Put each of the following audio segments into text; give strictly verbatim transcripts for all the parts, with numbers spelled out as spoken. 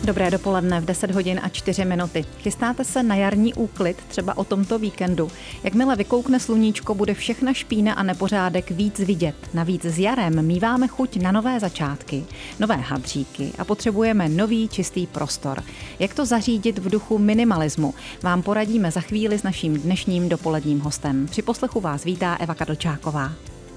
Dobré dopoledne v deset hodin a čtyři minuty. Chystáte se na jarní úklid, třeba o tomto víkendu. Jakmile vykoukne sluníčko, bude všechna špína a nepořádek víc vidět. Navíc s jarem míváme chuť na nové začátky, nové hadříky a potřebujeme nový čistý prostor. Jak to zařídit v duchu minimalismu? Vám poradíme za chvíli s naším dnešním dopoledním hostem. Při poslechu vás vítá Eva Kadlčáková.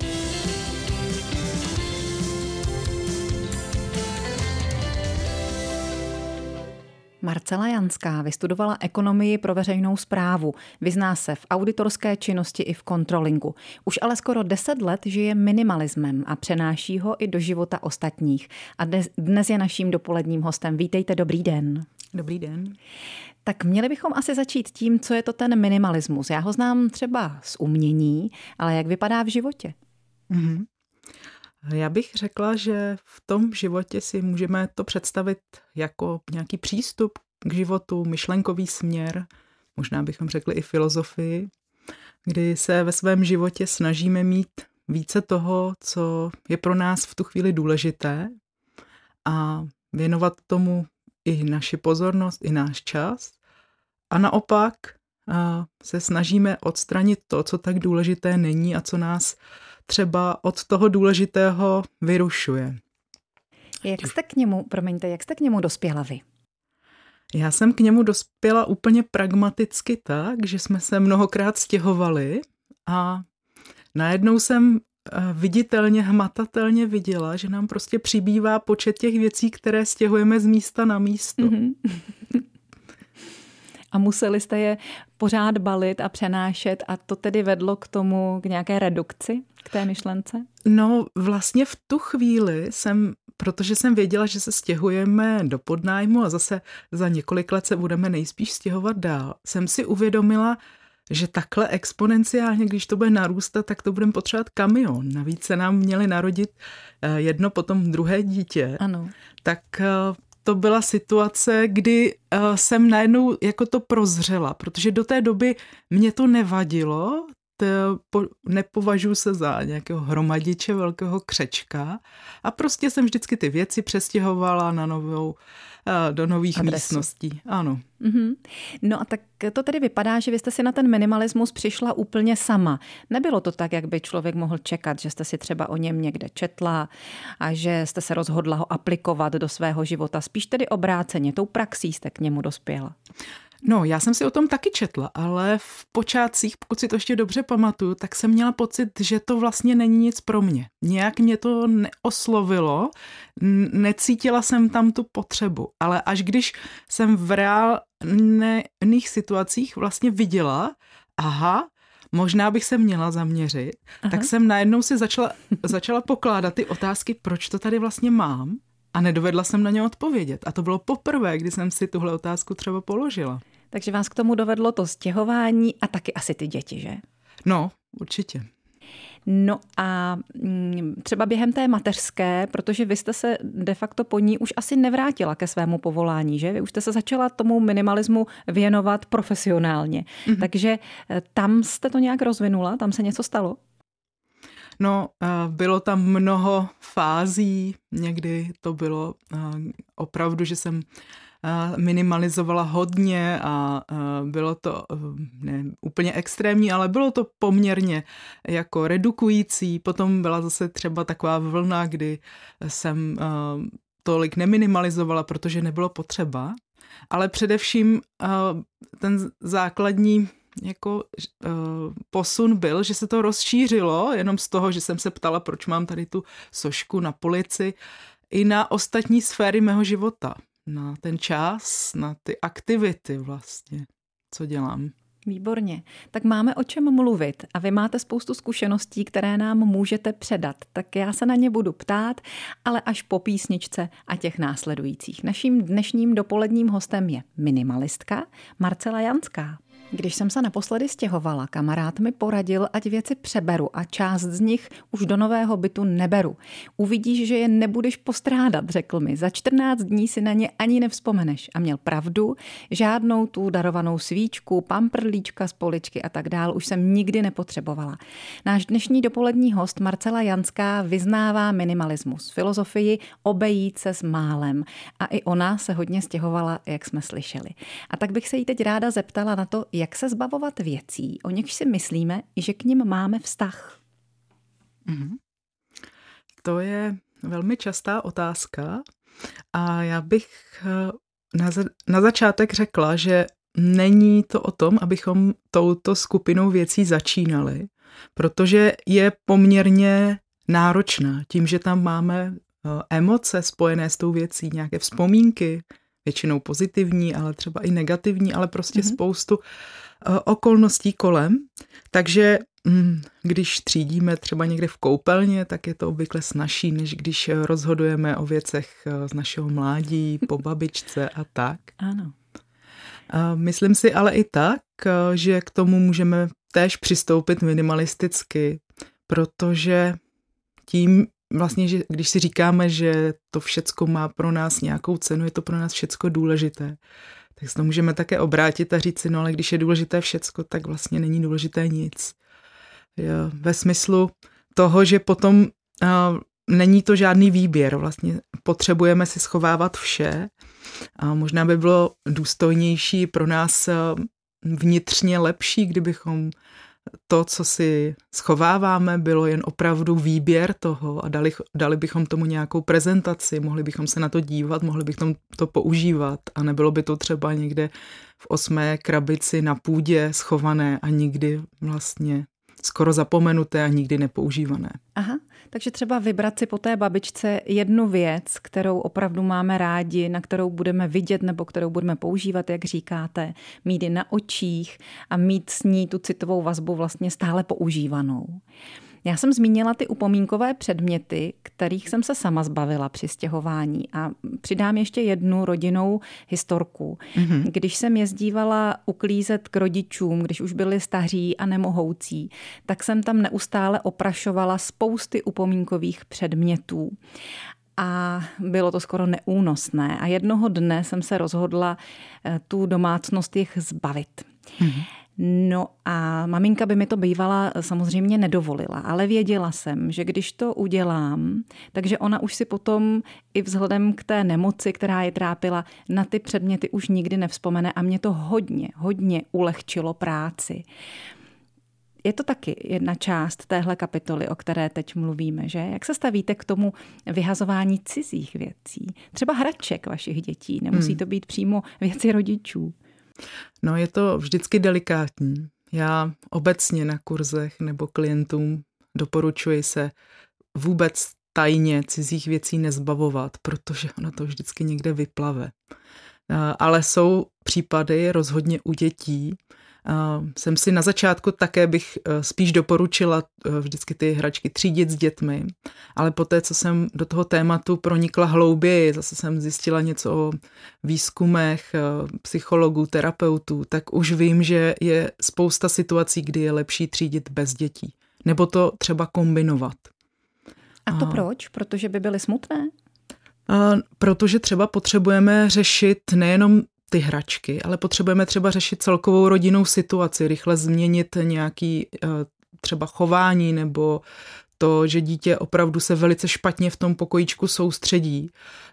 Marcela Janská vystudovala ekonomii pro veřejnou správu. Vyzná se v auditorské činnosti i v kontrolingu. Už ale skoro deset let žije minimalismem a přenáší ho i do života ostatních. A dnes je naším dopoledním hostem. Vítejte, dobrý den. Dobrý den. Tak měli bychom asi začít tím, co je to ten minimalismus. Já ho znám třeba z umění, ale jak vypadá v životě? Mm-hmm. Já bych řekla, že v tom životě si můžeme to představit jako nějaký přístup k životu, myšlenkový směr, možná bychom řekli i filozofii, kdy se ve svém životě snažíme mít více toho, co je pro nás v tu chvíli důležité a věnovat tomu i naši pozornost, i náš čas. A naopak se snažíme odstranit to, co tak důležité není a co nás třeba od toho důležitého vyrušuje. Jak jste k němu, promiňte, jak jste k němu dospěla vy? Já jsem k němu dospěla úplně pragmaticky tak, že jsme se mnohokrát stěhovali a najednou jsem viditelně, hmatatelně viděla, že nám prostě přibývá počet těch věcí, které stěhujeme z místa na místo. Mm-hmm. A museli jste je pořád balit a přenášet a to tedy vedlo k tomu, k nějaké redukci, k té myšlence? No vlastně v tu chvíli jsem, protože jsem věděla, že se stěhujeme do podnájmu a zase za několik let se budeme nejspíš stěhovat dál, jsem si uvědomila, že takhle exponenciálně, když to bude narůstat, tak to budeme potřebovat kamion. Navíc se nám měli narodit jedno, potom druhé dítě. Ano. Tak to byla situace, kdy uh, jsem najednou jako to prozřela, protože do té doby mě to nevadilo, to, po, nepovažuji se za nějakého hromadiče, velkého křečka a prostě jsem vždycky ty věci přestěhovala na novou, uh, do nových adresu. Místností. Ano. Mm-hmm. No a tak to tedy vypadá, že vy jste si na ten minimalismus přišla úplně sama. Nebylo to tak, jak by člověk mohl čekat, že jste si třeba o něm někde četla a že jste se rozhodla ho aplikovat do svého života. Spíš tedy obráceně, tou praxí jste k němu dospěla. No, já jsem si o tom taky četla, ale v počátcích, pokud si to ještě dobře pamatuju, tak jsem měla pocit, že to vlastně není nic pro mě. Nějak mě to neoslovilo, necítila jsem tam tu potřebu, ale až když jsem v reálných situacích vlastně viděla, aha, možná bych se měla zaměřit, aha. tak jsem najednou si začala, začala pokládat ty otázky, proč to tady vlastně mám. A nedovedla jsem na ně odpovědět. A to bylo poprvé, kdy jsem si tuhle otázku třeba položila. Takže vás k tomu dovedlo to stěhování a taky asi ty děti, že? No, určitě. No a třeba během té mateřské, protože vy jste se de facto po ní už asi nevrátila ke svému povolání, že? Vy už jste se začala tomu minimalismu věnovat profesionálně. Mm-hmm. Takže tam jste to nějak rozvinula? Tam se něco stalo? No, bylo tam mnoho fází, někdy to bylo opravdu, že jsem minimalizovala hodně a bylo to ne úplně extrémní, ale bylo to poměrně jako redukující. Potom byla zase třeba taková vlna, kdy jsem tolik neminimalizovala, protože nebylo potřeba. Ale především ten základní jako uh, posun byl, že se to rozšířilo jenom z toho, že jsem se ptala, proč mám tady tu sošku na polici, i na ostatní sféry mého života. Na ten čas, na ty aktivity vlastně, co dělám. Výborně. Tak máme o čem mluvit a vy máte spoustu zkušeností, které nám můžete předat. Tak já se na ně budu ptát, ale až po písničce a těch následujících. Naším dnešním dopoledním hostem je minimalistka Marcela Janská. Když jsem se naposledy stěhovala, kamarád mi poradil, ať věci přeberu a část z nich už do nového bytu neberu. Uvidíš, že je nebudeš postrádat, řekl mi. Za čtrnáct dní si na ně ani nevzpomeneš. A měl pravdu, žádnou tu darovanou svíčku, pamprlíčka z poličky a tak dál už jsem nikdy nepotřebovala. Náš dnešní dopolední host Marcela Janská vyznává minimalismus, filozofii obejít se s málem. A i ona se hodně stěhovala, jak jsme slyšeli. A tak bych se jí teď ráda zeptala na to, jak se zbavovat věcí, o nichž si myslíme, že k nim máme vztah. Mm-hmm. To je velmi častá otázka a já bych na, za, na začátek řekla, že není to o tom, abychom touto skupinou věcí začínali, protože je poměrně náročná tím, že tam máme emoce spojené s tou věcí, nějaké vzpomínky, většinou pozitivní, ale třeba i negativní, ale prostě mm-hmm. spoustu uh, okolností kolem. Takže mm, když třídíme třeba někde v koupelně, tak je to obvykle snazší, než když rozhodujeme o věcech uh, z našeho mládí, po babičce a tak. Ano. Uh, myslím si ale i tak, uh, že k tomu můžeme též přistoupit minimalisticky, protože tím vlastně, že když si říkáme, že to všecko má pro nás nějakou cenu, je to pro nás všecko důležité, tak se to můžeme také obrátit a říct si, no ale když je důležité všecko, tak vlastně není důležité nic. Ve smyslu toho, že potom uh, není to žádný výběr, vlastně potřebujeme si schovávat vše a možná by bylo důstojnější pro nás uh, vnitřně lepší, kdybychom to, co si schováváme, bylo jen opravdu výběr toho a dali, dali bychom tomu nějakou prezentaci, mohli bychom se na to dívat, mohli bychom to používat a nebylo by to třeba někde v osmé krabici na půdě schované a nikdy vlastně skoro zapomenuté a nikdy nepoužívané. Aha, takže třeba vybrat si po té babičce jednu věc, kterou opravdu máme rádi, na kterou budeme vidět nebo kterou budeme používat, jak říkáte, mít ji na očích a mít s ní tu citovou vazbu vlastně stále používanou. Já jsem zmínila ty upomínkové předměty, kterých jsem se sama zbavila při stěhování a přidám ještě jednu rodinnou historku. Mm-hmm. Když jsem jezdívala uklízet k rodičům, když už byli staří a nemohoucí, tak jsem tam neustále oprašovala spousty upomínkových předmětů. A bylo to skoro neúnosné. A jednoho dne jsem se rozhodla tu domácnost jich zbavit. Mm-hmm. No a maminka by mi to bývala samozřejmě nedovolila, ale věděla jsem, že když to udělám, takže ona už si potom i vzhledem k té nemoci, která je trápila, na ty předměty už nikdy nevzpomene a mě to hodně, hodně ulehčilo práci. Je to taky jedna část téhle kapitoly, o které teď mluvíme, že? Jak se stavíte k tomu vyhazování cizích věcí? Třeba hraček vašich dětí, nemusí to být přímo věci rodičů. No je to vždycky delikátní. Já obecně na kurzech nebo klientům doporučuji se vůbec tajně cizích věcí nezbavovat, protože ono to vždycky někde vyplave. Ale jsou případy rozhodně u dětí. Jsem si na začátku také bych spíš doporučila vždycky ty hračky třídit s dětmi, ale poté, co jsem do toho tématu pronikla hlouběji, zase jsem zjistila něco o výzkumech psychologů, terapeutů, tak už vím, že je spousta situací, kdy je lepší třídit bez dětí. Nebo to třeba kombinovat. A to proč? Protože by byly smutné? Protože třeba potřebujeme řešit nejenom ty hračky, ale potřebujeme třeba řešit celkovou rodinnou situaci, rychle změnit nějaký třeba chování nebo to, že dítě opravdu se velice špatně v tom pokojíčku soustředí.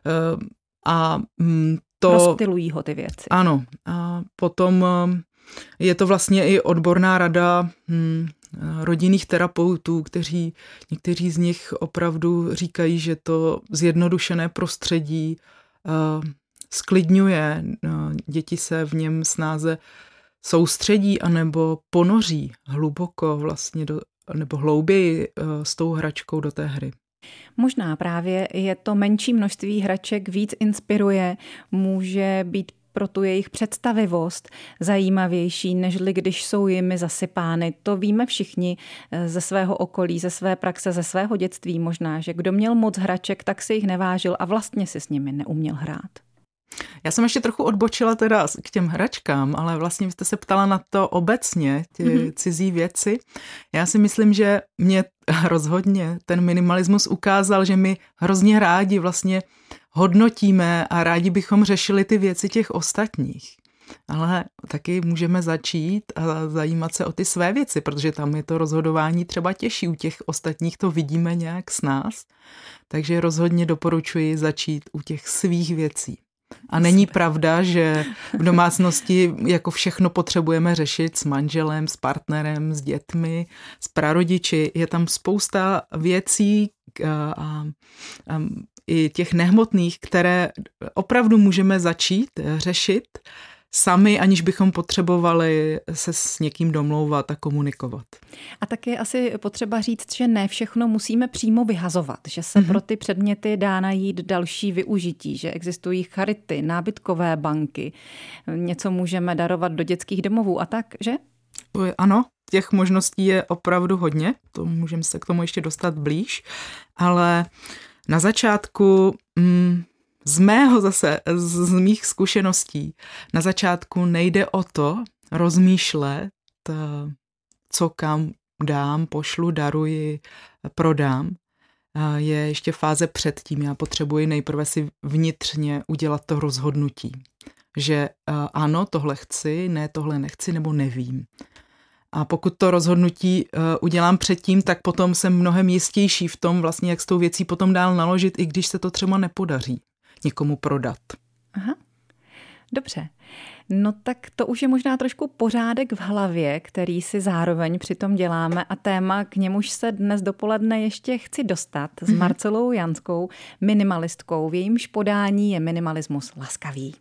A to... Rozptylují ho ty věci. Ano. A potom je to vlastně i odborná rada hm, rodinných terapeutů, kteří, někteří z nich opravdu říkají, že to zjednodušené prostředí sklidňuje, děti se v něm snáze soustředí anebo ponoří hluboko vlastně do, nebo hlouběji s tou hračkou do té hry. Možná právě je to menší množství hraček víc inspiruje, může být pro tu jejich představivost zajímavější, nežli když jsou jimi zasypány. To víme všichni ze svého okolí, ze své praxe, ze svého dětství možná, že kdo měl moc hraček, tak si jich nevážil a vlastně si s nimi neuměl hrát. Já jsem ještě trochu odbočila teda k těm hračkám, ale vlastně vy jste se ptala na to obecně, ty mm-hmm. cizí věci. Já si myslím, že mě rozhodně ten minimalismus ukázal, že my hrozně rádi vlastně hodnotíme a rádi bychom řešili ty věci těch ostatních. Ale taky můžeme začít a zajímat se o ty své věci, protože tam je to rozhodování třeba těžší. U těch ostatních to vidíme nějak s nás. Takže rozhodně doporučuji začít u těch svých věcí. A není pravda, že v domácnosti jako všechno potřebujeme řešit s manželem, s partnerem, s dětmi, s prarodiči. Je tam spousta věcí a, a, a i těch nehmotných, které opravdu můžeme začít řešit sami, aniž bychom potřebovali se s někým domlouvat a komunikovat. A tak je asi potřeba říct, že ne všechno musíme přímo vyhazovat, že se mm-hmm. pro ty předměty dá najít další využití, že existují charity, nábytkové banky, něco můžeme darovat do dětských domovů a tak, že? Ano, těch možností je opravdu hodně, to můžeme se k tomu ještě dostat blíž, ale na začátku... Mm, Z mého zase, z mých zkušeností, na začátku nejde o to rozmýšlet, co kam dám, pošlu, daruji, prodám. Je ještě fáze předtím. Já potřebuji nejprve si vnitřně udělat to rozhodnutí, že ano, tohle chci, ne, tohle nechci, nebo nevím. A pokud to rozhodnutí udělám předtím, tak potom jsem mnohem jistější v tom, vlastně, jak s tou věcí potom dál naložit, i když se to třeba nepodaří někomu prodat. Aha, dobře. No tak to už je možná trošku pořádek v hlavě, který si zároveň přitom děláme a téma, k němuž se dnes dopoledne ještě chci dostat s Marcelou Janskou, minimalistkou. V jejímž podání je minimalismus laskavý.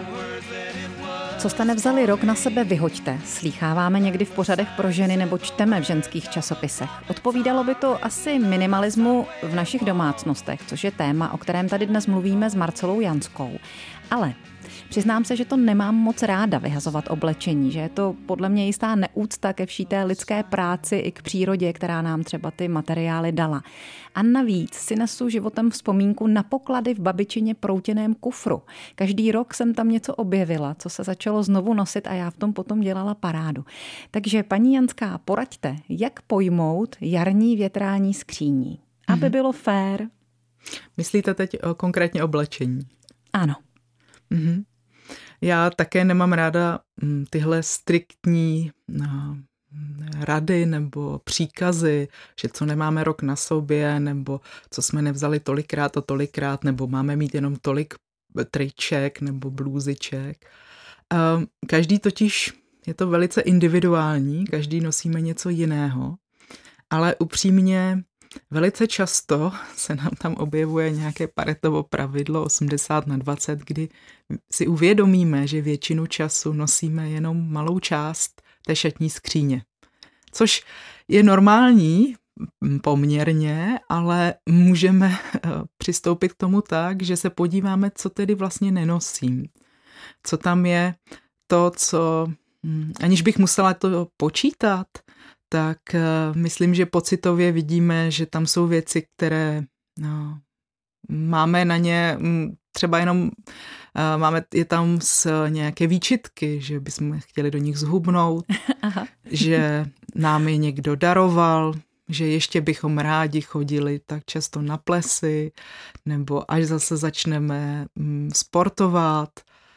Co jste nevzali rok, na sebe vyhoďte. Slýcháváme někdy v pořadech pro ženy nebo čteme v ženských časopisech. Odpovídalo by to asi minimalismu v našich domácnostech, což je téma, o kterém tady dnes mluvíme s Marcelou Janskou. Ale přiznám se, že to nemám moc ráda vyhazovat oblečení, že je to podle mě jistá neúcta ke vší té lidské práci i k přírodě, která nám třeba ty materiály dala. A navíc si nesu životem vzpomínku na poklady v babičině proutěném kufru. Každý rok jsem tam něco objevila, co se začalo znovu nosit a já v tom potom dělala parádu. Takže paní Janská, poraďte, jak pojmout jarní větrání skříní, aby bylo fér. Myslíte teď o konkrétně oblečení? Ano. Mhm. Já také nemám ráda tyhle striktní no, rady nebo příkazy, že co nemáme rok na sobě, nebo co jsme nevzali tolikrát a tolikrát, nebo máme mít jenom tolik triček nebo blůziček. Každý totiž je to velice individuální, každý nosíme něco jiného, ale upřímně velice často se nám tam objevuje nějaké Paretovo pravidlo osmdesát na dvacet, kdy si uvědomíme, že většinu času nosíme jenom malou část té šatní skříně. Což je normální poměrně, ale můžeme přistoupit k tomu tak, že se podíváme, co tedy vlastně nenosím. Co tam je to, co aniž bych musela to počítat, tak myslím, že pocitově vidíme, že tam jsou věci, které no, máme na ně třeba jenom, máme je tam s nějaké výčitky, že bychom chtěli do nich zhubnout, Aha. že nám je někdo daroval, že ještě bychom rádi chodili tak často na plesy, nebo až zase začneme sportovat,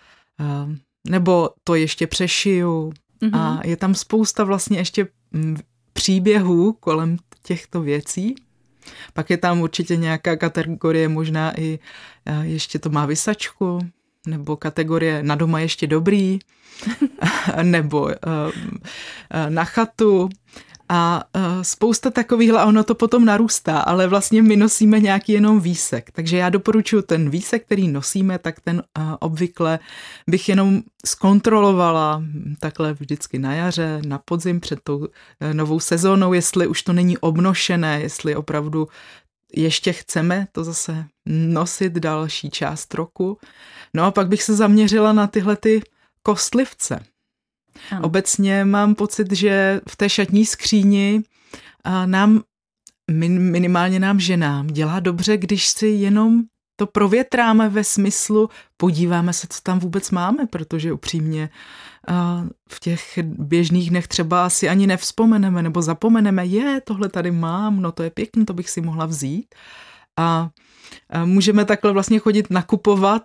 nebo to ještě přešiju. Mm-hmm. A je tam spousta vlastně ještě příběhů kolem těchto věcí. Pak je tam určitě nějaká kategorie, možná i ještě to má visačku, nebo kategorie na doma ještě dobrý, nebo na chatu. A spousta takových, a ono to potom narůstá, ale vlastně my nosíme nějaký jenom výsek. Takže já doporučuji ten výsek, který nosíme, tak ten obvykle bych jenom zkontrolovala takhle vždycky na jaře, na podzim před tou novou sezónou, jestli už to není obnošené, jestli opravdu ještě chceme to zase nosit další část roku. No a pak bych se zaměřila na tyhle ty kostlivce. Ano. Obecně mám pocit, že v té šatní skříni nám, minimálně nám ženám, dělá dobře, když si jenom to provětráme ve smyslu, podíváme se, co tam vůbec máme, protože upřímně v těch běžných dnech třeba asi ani nevzpomeneme nebo zapomeneme, je, tohle tady mám, no to je pěkný, to bych si mohla vzít. A můžeme takhle vlastně chodit nakupovat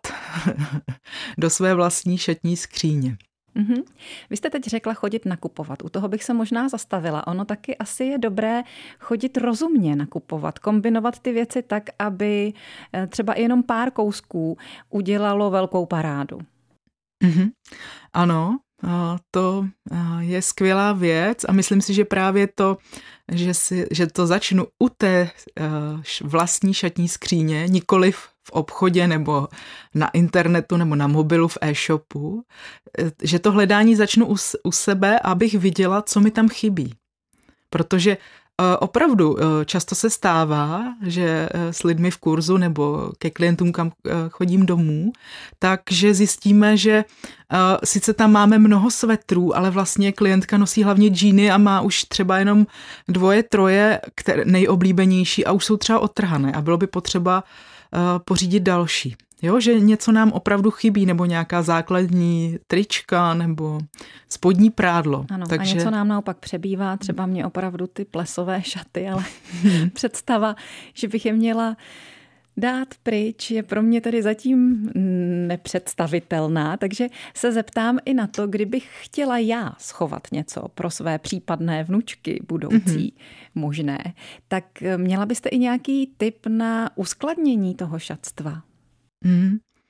do své vlastní šatní skříně. Mm-hmm. Vy jste teď řekla chodit nakupovat. U toho bych se možná zastavila. Ono taky asi je dobré chodit rozumně nakupovat, kombinovat ty věci tak, aby třeba i jenom pár kousků udělalo velkou parádu. Mm-hmm. Ano, to je skvělá věc a myslím si, že právě to, že, si, že to začnu u té vlastní šatní skříně, nikoliv v obchodě nebo na internetu nebo na mobilu v e-shopu, že to hledání začnu u, u sebe, abych viděla, co mi tam chybí. Protože opravdu často se stává, že s lidmi v kurzu nebo ke klientům, kam chodím domů, takže zjistíme, že sice tam máme mnoho svetrů, ale vlastně klientka nosí hlavně džíny a má už třeba jenom dvoje, troje které, nejoblíbenější a už jsou třeba odtrhané a bylo by potřeba pořídit další. Jo, že něco nám opravdu chybí, nebo nějaká základní trička, nebo spodní prádlo. Ano, takže... a něco nám naopak přebývá, třeba mě opravdu ty plesové šaty, ale představa, že bych je měla dát pryč, je pro mě tady zatím nepředstavitelná, takže se zeptám i na to, kdybych chtěla já schovat něco pro své případné vnučky budoucí mm-hmm. možné, tak měla byste i nějaký tip na uskladnění toho šatstva? Mm.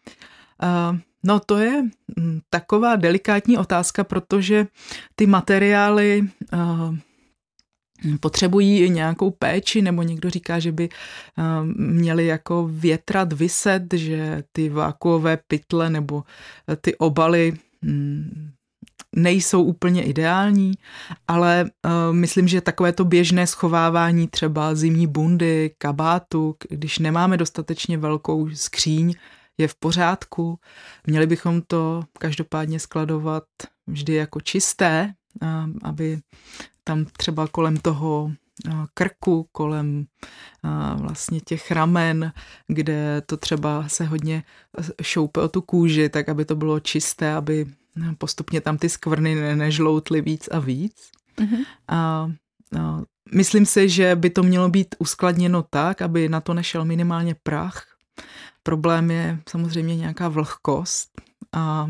Uh, no to je mm, taková delikátní otázka, protože ty materiály uh, potřebují nějakou péči, nebo někdo říká, že by uh, měli jako větrat, viset, že ty vákuové pytle nebo ty obaly mm, nejsou úplně ideální, ale uh, myslím, že takové to běžné schovávání třeba zimní bundy, kabátu, když nemáme dostatečně velkou skříň, je v pořádku. Měli bychom to každopádně skladovat vždy jako čisté, uh, aby tam třeba kolem toho uh, krku, kolem uh, vlastně těch ramen, kde to třeba se hodně šoupe o tu kůži, tak aby to bylo čisté, aby postupně tam ty skvrny nežloutly víc a víc. Mm-hmm. A, a myslím si, že by to mělo být uskladněno tak, aby na to nešel minimálně prach. Problém je samozřejmě nějaká vlhkost. A,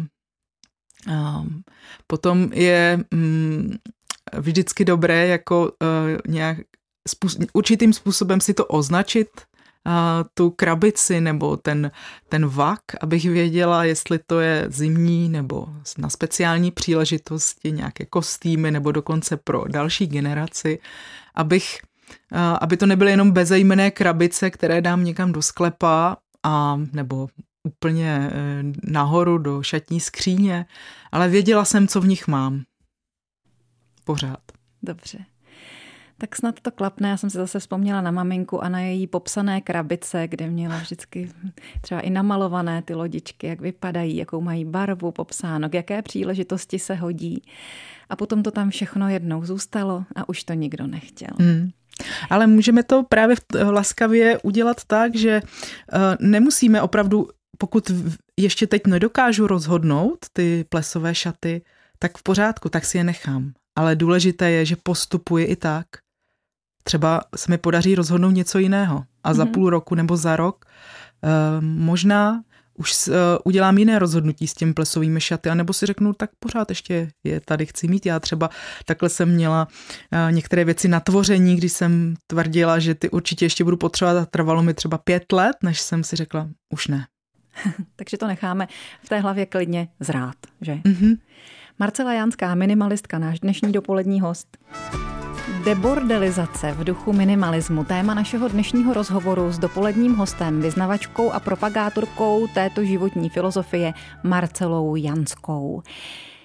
a potom je mm, vždycky dobré jako uh, nějak způsob, určitým způsobem si to označit, tu krabici nebo ten, ten vak, abych věděla, jestli to je zimní nebo na speciální příležitosti, nějaké kostýmy nebo dokonce pro další generaci, abych, aby to nebyly jenom bezejmenné krabice, které dám někam do sklepa a nebo úplně nahoru do šatní skříně, ale věděla jsem, co v nich mám. Pořád. Dobře. Tak snad to klapne. Já jsem si zase vzpomněla na maminku a na její popsané krabice, kde měla vždycky třeba i namalované ty lodičky, jak vypadají, jakou mají barvu, popsáno, k jaké příležitosti se hodí. A potom to tam všechno jednou zůstalo a už to nikdo nechtěl. Hmm. Ale můžeme to právě laskavě udělat tak, že nemusíme opravdu, pokud ještě teď nedokážu rozhodnout ty plesové šaty, tak v pořádku, tak si je nechám. Ale důležité je, že postupuji i tak. Třeba se mi podaří rozhodnout něco jiného a za mm-hmm. půl roku nebo za rok uh, možná už uh, udělám jiné rozhodnutí s těmi plesovými šaty, anebo si řeknu, tak pořád ještě je tady chci mít. Já třeba takhle jsem měla uh, některé věci na tvoření, když jsem tvrdila, že ty určitě ještě budu potřebovat a trvalo mi třeba pět let, než jsem si řekla, už ne. Takže to necháme v té hlavě klidně zrát, že? Mm-hmm. Marcela Janská, minimalistka, náš dnešní dopolední host. Debordelizace v duchu minimalismu, téma našeho dnešního rozhovoru s dopoledním hostem, vyznavačkou a propagátorkou této životní filozofie Marcelou Janskou.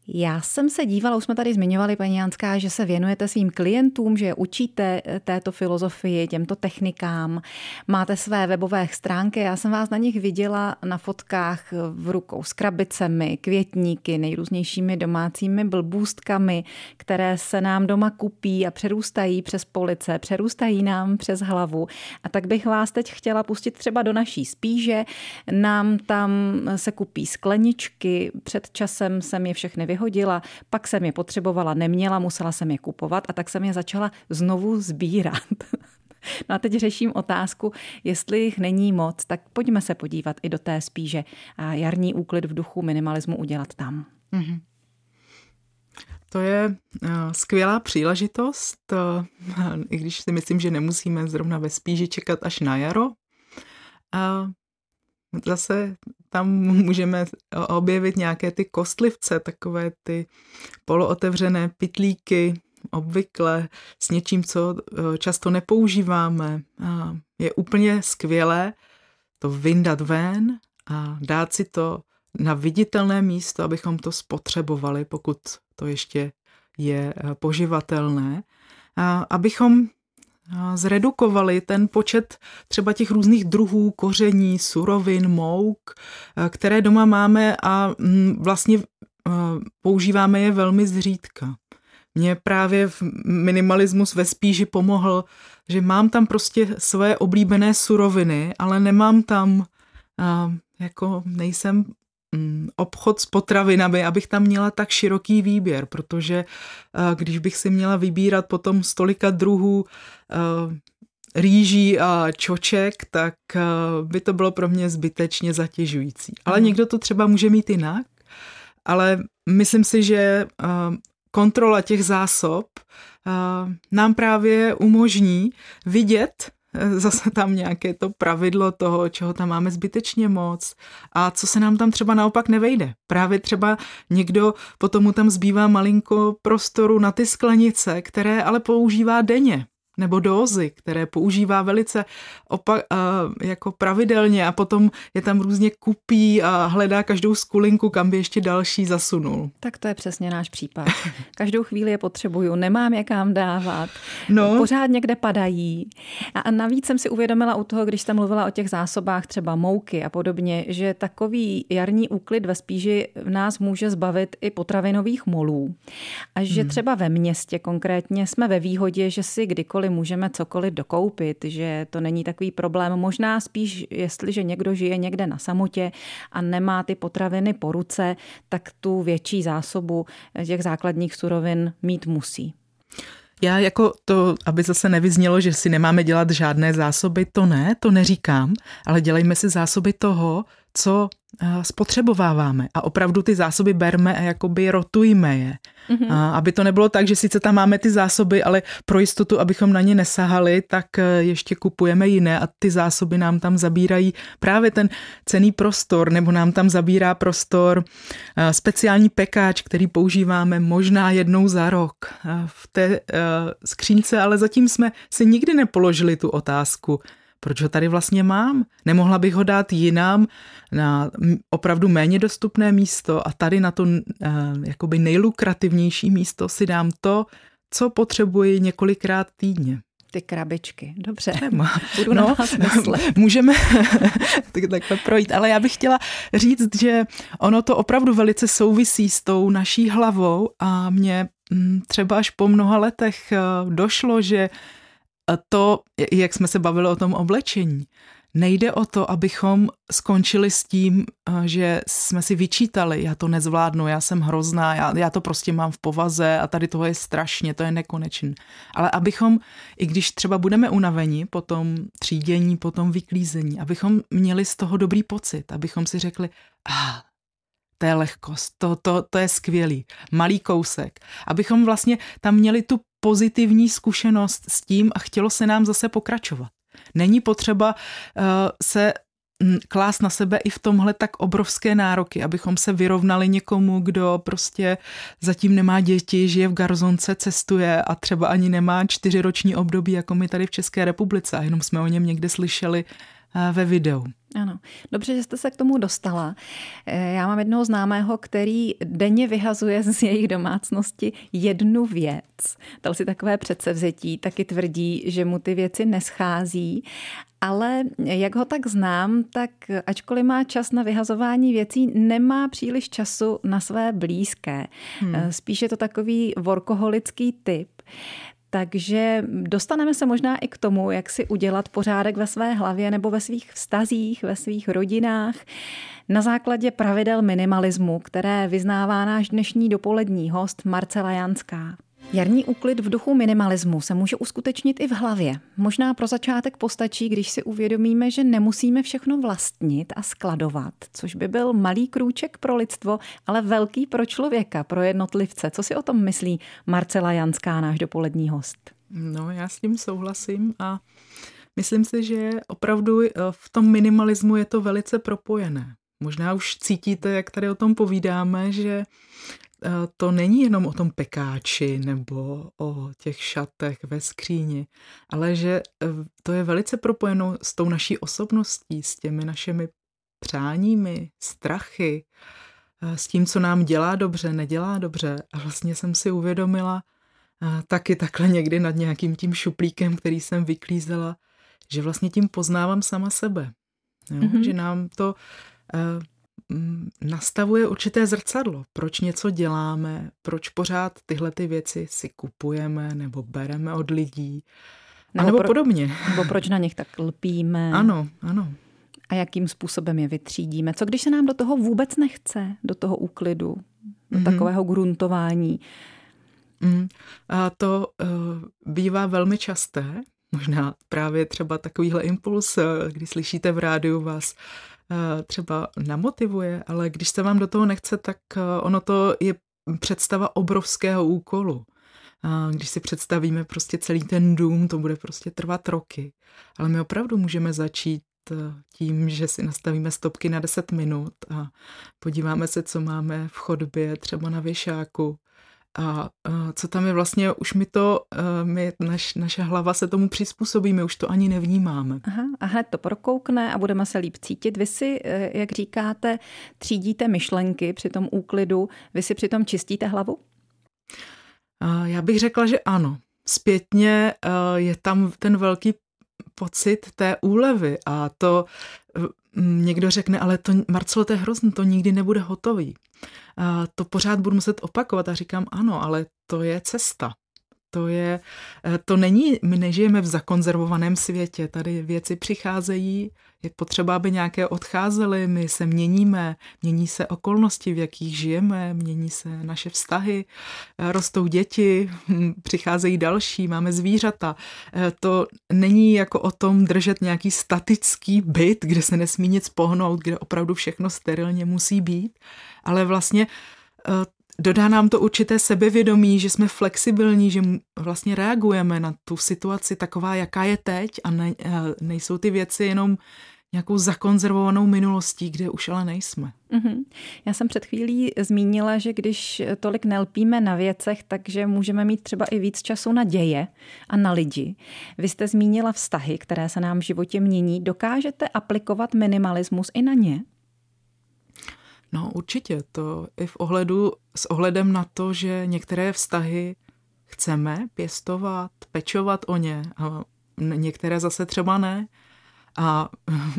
Já jsem se dívala, už jsme tady zmiňovali, paní Janská, že se věnujete svým klientům, že je učíte této filozofii, těmto technikám. Máte své webové stránky, já jsem vás na nich viděla na fotkách v rukou s krabicemi, květníky, nejrůznějšími domácími blbůstkami, které se nám doma kupí a přerůstají přes police, přerůstají nám přes hlavu. A tak bych vás teď chtěla pustit třeba do naší spíže. Nám tam se kupí skleničky, před časem jsem je všechny vyhodila, pak jsem je potřebovala, neměla, musela jsem je kupovat a tak jsem je začala znovu sbírat. No a teď řeším otázku, jestli jich není moc, tak pojďme se podívat i do té spíže a jarní úklid v duchu minimalismu udělat tam. Mm-hmm. To je uh, skvělá příležitost, uh, i když si myslím, že nemusíme zrovna ve spíži čekat až na jaro. A zase tam můžeme objevit nějaké ty kostlivce, takové ty polootevřené pytlíky, obvykle s něčím, co často nepoužíváme. A je úplně skvělé to vyndat ven a dát si to na viditelné místo, abychom to spotřebovali, pokud to ještě je poživatelné. A abychom zredukovali ten počet třeba těch různých druhů, koření, surovin, mouk, které doma máme a vlastně používáme je velmi zřídka. Mně právě v minimalismus ve spíži pomohl, že mám tam prostě své oblíbené suroviny, ale nemám tam, jako nejsem obchod s potravinami, abych tam měla tak široký výběr, protože když bych si měla vybírat potom z tolika druhů rýží a čoček, tak by to bylo pro mě zbytečně zatěžující. Ale někdo to třeba může mít jinak, ale myslím si, že kontrola těch zásob nám právě umožní vidět zase tam nějaké to pravidlo toho, čeho tam máme zbytečně moc a co se nám tam třeba naopak nevejde. Právě třeba někdo potom mu tam zbývá malinko prostoru na ty sklenice, které ale používá denně. Nebo dózy, které používá velice opa- jako pravidelně a potom je tam různě kupí a hledá každou skulinku, kam by ještě další zasunul. Tak to je přesně náš případ. Každou chvíli je potřebuju, nemám je kam dávat, no. Pořád někde padají. A navíc jsem si uvědomila u toho, když jste mluvila o těch zásobách třeba mouky a podobně, že takový jarní úklid ve spíži nás může zbavit i potravinových molů. A že hmm. třeba ve městě konkrétně jsme ve výhodě, že si kdykoliv můžeme cokoliv dokoupit, že to není takový problém. Možná spíš, jestliže někdo žije někde na samotě a nemá ty potraviny po ruce, tak tu větší zásobu těch základních surovin mít musí. Já jako to, aby zase nevyznělo, že si nemáme dělat žádné zásoby, to ne, to neříkám, ale dělejme si zásoby toho, co spotřebováváme a opravdu ty zásoby berme a jakoby rotujme je. Mm-hmm. A aby to nebylo tak, že sice tam máme ty zásoby, ale pro jistotu, abychom na ně nesahali, tak ještě kupujeme jiné a ty zásoby nám tam zabírají právě ten cenný prostor, nebo nám tam zabírá prostor speciální pekáč, který používáme možná jednou za rok v té skřínce, ale zatím jsme si nikdy nepoložili tu otázku, proč ho tady vlastně mám? Nemohla bych ho dát jinam na opravdu méně dostupné místo a tady na to uh, jakoby nejlukrativnější místo si dám to, co potřebuji několikrát týdně. Ty krabičky, dobře. Téma. Budu no, na vás myslet. Můžeme takhle projít, ale já bych chtěla říct, že ono to opravdu velice souvisí s tou naší hlavou a mně třeba až po mnoha letech došlo, že to, jak jsme se bavili o tom oblečení, nejde o to, abychom skončili s tím, že jsme si vyčítali, já to nezvládnu, já jsem hrozná, já, já to prostě mám v povaze a tady toho je strašně, to je nekonečné. Ale abychom, i když třeba budeme unaveni po tom třídění, po tom vyklízení, abychom měli z toho dobrý pocit, abychom si řekli, ah, to je lehkost, to, to, to je skvělý, malý kousek. Abychom vlastně tam měli tu pozitivní zkušenost s tím a chtělo se nám zase pokračovat. Není potřeba uh, se klást na sebe i v tomhle tak obrovské nároky, abychom se vyrovnali někomu, kdo prostě zatím nemá děti, žije v garzonce, cestuje a třeba ani nemá čtyřiroční období, jako my tady v České republice a jenom jsme o něm někde slyšeli ve videu. Ano, dobře, že jste se k tomu dostala. Já mám jednoho známého, který denně vyhazuje z jejich domácnosti jednu věc. Dal si takové předsevzetí, taky tvrdí, že mu ty věci neschází. Ale jak ho tak znám, tak ačkoliv má čas na vyhazování věcí, nemá příliš času na své blízké. Hmm. Spíš je to takový workoholický typ. Takže dostaneme se možná i k tomu, jak si udělat pořádek ve své hlavě nebo ve svých vztazích, ve svých rodinách na základě pravidel minimalismu, které vyznává náš dnešní dopolední host Marcela Janská. Jarní úklid v duchu minimalismu se může uskutečnit i v hlavě. Možná pro začátek postačí, když si uvědomíme, že nemusíme všechno vlastnit a skladovat, což by byl malý krůček pro lidstvo, ale velký pro člověka, pro jednotlivce. Co si o tom myslí Marcela Janská, náš dopolední host? No, já s tím souhlasím a myslím si, že opravdu v tom minimalismu je to velice propojené. Možná už cítíte, jak tady o tom povídáme, že to není jenom o tom pekáči nebo o těch šatech ve skříni, ale že to je velice propojeno s tou naší osobností, s těmi našimi přáními, strachy, s tím, co nám dělá dobře, nedělá dobře. A vlastně jsem si uvědomila taky takhle někdy nad nějakým tím šuplíkem, který jsem vyklízela, že vlastně tím poznávám sama sebe. Jo? Mm-hmm. Že nám to nastavuje určité zrcadlo, proč něco děláme, proč pořád tyhle ty věci si kupujeme nebo bereme od lidí, nebo, nebo pro, podobně. Nebo proč na nich tak lpíme. Ano, ano. A jakým způsobem je vytřídíme. Co když se nám do toho vůbec nechce, do toho úklidu, do mm-hmm. takového gruntování? Mm. A to uh, bývá velmi časté, možná právě třeba takovýhle impuls, když slyšíte v rádiu, vás třeba namotivuje, ale když se vám do toho nechce, tak ono to je představa obrovského úkolu. Když si představíme prostě celý ten dům, to bude prostě trvat roky. Ale my opravdu můžeme začít tím, že si nastavíme stopky na deset minut a podíváme se, co máme v chodbě, třeba na věšáku. A co tam je vlastně, už mi to, my, naš, naše hlava se tomu přizpůsobí, my už to ani nevnímáme. Aha, a hned to prokoukne a budeme se líp cítit. Vy si, jak říkáte, třídíte myšlenky při tom úklidu, vy si přitom čistíte hlavu? Já bych řekla, že ano. Zpětně je tam ten velký pocit té úlevy a to někdo řekne, ale to, Marcelo, to je hrozný, to nikdy nebude hotový. A to pořád budu muset opakovat a říkám ano, ale to je cesta. To je, to není, my nežijeme v zakonzervovaném světě, tady věci přicházejí, je potřeba, aby nějaké odcházely, my se měníme, mění se okolnosti, v jakých žijeme, mění se naše vztahy, rostou děti, přicházejí další, máme zvířata. To není jako o tom držet nějaký statický byt, kde se nesmí nic pohnout, kde opravdu všechno sterilně musí být, ale vlastně dodá nám to určité sebevědomí, že jsme flexibilní, že vlastně reagujeme na tu situaci taková, jaká je teď a ne, nejsou ty věci jenom nějakou zakonzervovanou minulostí, kde už ale nejsme. Mm-hmm. Já jsem před chvílí zmínila, že když tolik nelpíme na věcech, takže můžeme mít třeba i víc času na děje a na lidi. Vy jste zmínila vztahy, které se nám v životě mění. Dokážete aplikovat minimalismus i na ně? No určitě, to i v ohledu, s ohledem na to, že některé vztahy chceme pěstovat, pečovat o ně a některé zase třeba ne. A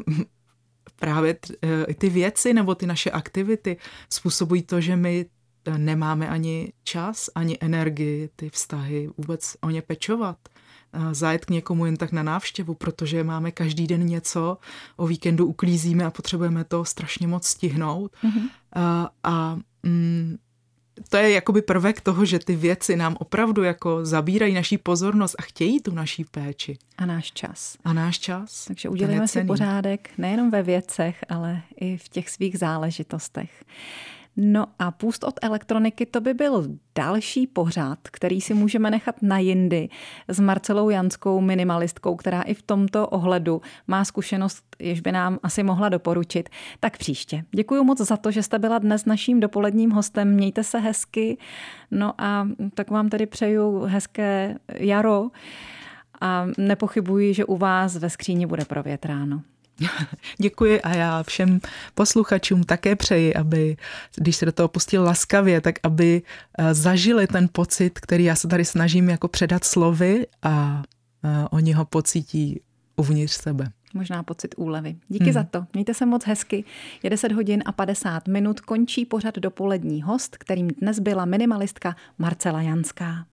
právě ty věci nebo ty naše aktivity způsobují to, že my nemáme ani čas, ani energii ty vztahy vůbec o ně pečovat. Zajet k někomu jen tak na návštěvu, protože máme každý den něco, o víkendu uklízíme a potřebujeme to strašně moc stihnout. Mm-hmm. A, a mm, to je jakoby prvek toho, že ty věci nám opravdu jako zabírají naší pozornost a chtějí tu naší péči. A náš čas. A náš čas. Takže udělíme si pořádek nejenom ve věcech, ale i v těch svých záležitostech. No a půst od elektroniky, to by byl další pořad, který si můžeme nechat na jindy s Marcelou Janskou, minimalistkou, která i v tomto ohledu má zkušenost, jež by nám asi mohla doporučit. Tak příště. Děkuji moc za to, že jste byla dnes naším dopoledním hostem. Mějte se hezky. No a tak vám tedy přeju hezké jaro a nepochybuji, že u vás ve skříni bude provětráno. Děkuji a já všem posluchačům také přeji, aby, když se do toho pustil laskavě, tak aby zažili ten pocit, který já se tady snažím jako předat slovy a oni ho pocítí uvnitř sebe. Možná pocit úlevy. Díky hmm. za to. Mějte se moc hezky. Je deset hodin a padesát minut. Končí pořad Dopolední host, kterým dnes byla minimalistka Marcela Janská.